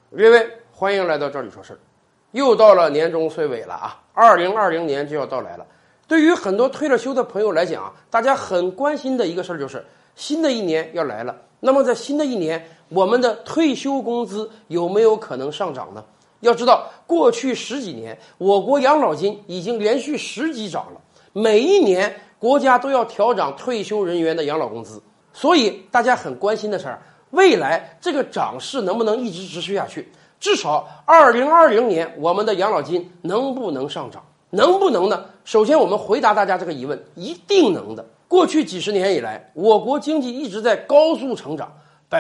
各位，欢迎来到这里说事儿。又到了年终岁尾了啊，2020年就要到来了。对于很多退了休的朋友来讲啊，大家很关心的一个事儿就是新的一年要来了。那么在新的一年，我们的退休工资有没有可能上涨呢？要知道，过去十几年，我国养老金已经连续10级涨了，每一年国家都要调涨退休人员的养老工资。所以大家很关心的是，未来这个涨势能不能一直持续下去？至少2020年我们的养老金能不能上涨？能不能呢？首先我们回答大家这个疑问，一定能的。过去几十年以来，我国经济一直在高速成长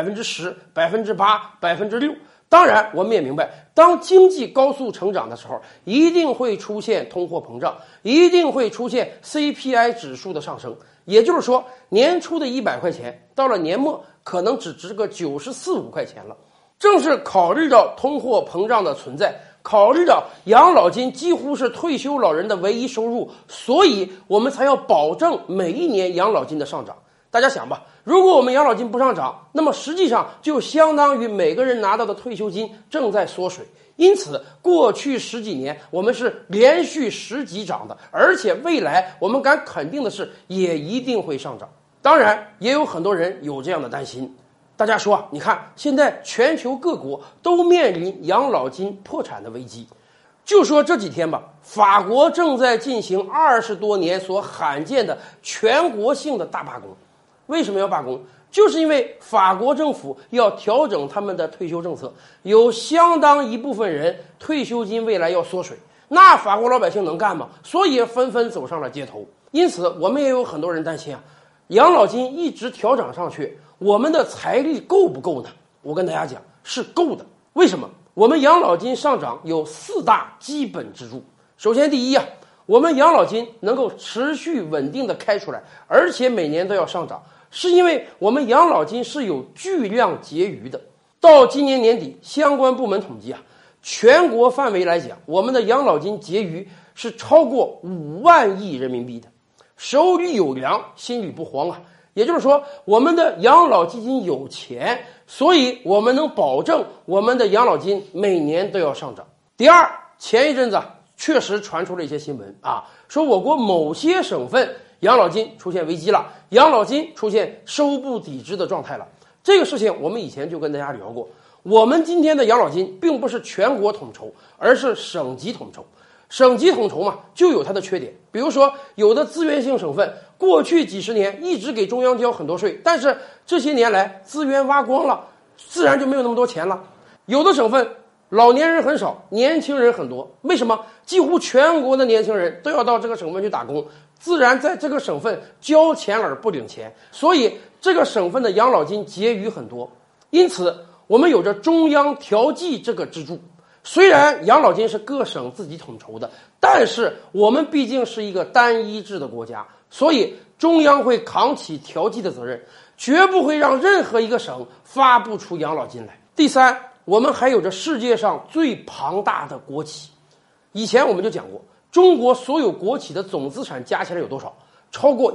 ，10%、8%、6%。当然我们也明白，当经济高速成长的时候，一定会出现通货膨胀，一定会出现 CPI 指数的上升。也就是说，年初的100块钱到了年末可能只值个94、95块钱了。正是考虑到通货膨胀的存在，考虑到养老金几乎是退休老人的唯一收入，所以我们才要保证每一年养老金的上涨。大家想吧，如果我们养老金不上涨，那么实际上就相当于每个人拿到的退休金正在缩水。因此过去十几年我们是连续10级涨的，而且未来我们敢肯定的是也一定会上涨。当然也有很多人有这样的担心，大家说，你看现在全球各国都面临养老金破产的危机。就说这几天吧，法国正在进行20多年所罕见的全国性的大罢工。为什么要罢工？就是因为法国政府要调整他们的退休政策，有相当一部分人退休金未来要缩水，那法国老百姓能干吗？所以纷纷走上了街头。因此我们也有很多人担心啊，养老金一直调整上去，我们的财力够不够呢？我跟大家讲，是够的。为什么？我们养老金上涨有4大基本支柱。首先第一啊，我们养老金能够持续稳定的开出来，而且每年都要上涨，是因为我们养老金是有巨量结余的。到今年年底，相关部门统计啊，全国范围来讲，我们的养老金结余是超过5万亿人民币的。手里有粮，心里不慌啊。也就是说，我们的养老基金有钱，所以我们能保证我们的养老金每年都要上涨。第二，前一阵子确实传出了一些新闻啊，说我国某些省份养老金出现危机了，养老金出现收不抵支的状态了。这个事情我们以前就跟大家聊过，我们今天的养老金并不是全国统筹，而是省级统筹。省级统筹嘛，就有它的缺点。比如说，有的资源性省份过去几十年一直给中央交很多税，但是这些年来资源挖光了，自然就没有那么多钱了。有的省份老年人很少，年轻人很多，为什么？几乎全国的年轻人都要到这个省份去打工，自然在这个省份交钱而不领钱，所以这个省份的养老金结余很多。因此我们有着中央调剂这个支柱。虽然养老金是各省自己统筹的，但是我们毕竟是一个单一制的国家，所以中央会扛起调剂的责任，绝不会让任何一个省发不出养老金来。第三，我们还有着世界上最庞大的国企。以前我们就讲过，中国所有国企的总资产加起来有多少？超过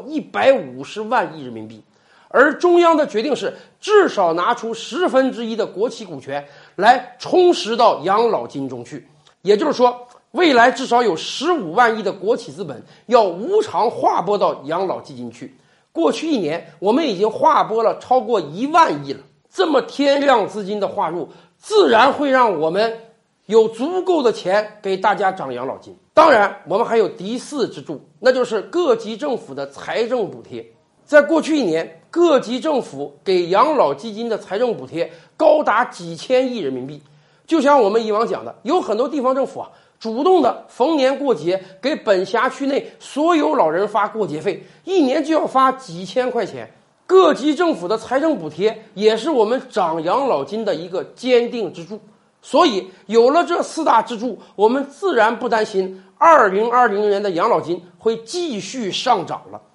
150万亿人民币。而中央的决定是至少拿出1/10的国企股权来充实到养老金中去。也就是说，未来至少有15万亿的国企资本要无偿划拨到养老基金去。过去1年我们已经划拨了超过1万亿了。这么天量资金的划入，自然会让我们有足够的钱给大家涨养老金。当然我们还有第4支柱，那就是各级政府的财政补贴。在过去1年，各级政府给养老基金的财政补贴高达几千亿人民币。就像我们以往讲的，有很多地方政府啊，主动的逢年过节给本辖区内所有老人发过节费，1年就要发几千块钱。各级政府的财政补贴也是我们涨养老金的一个坚定支柱。所以有了这4大支柱，我们自然不担心2020年的养老金会继续上涨了。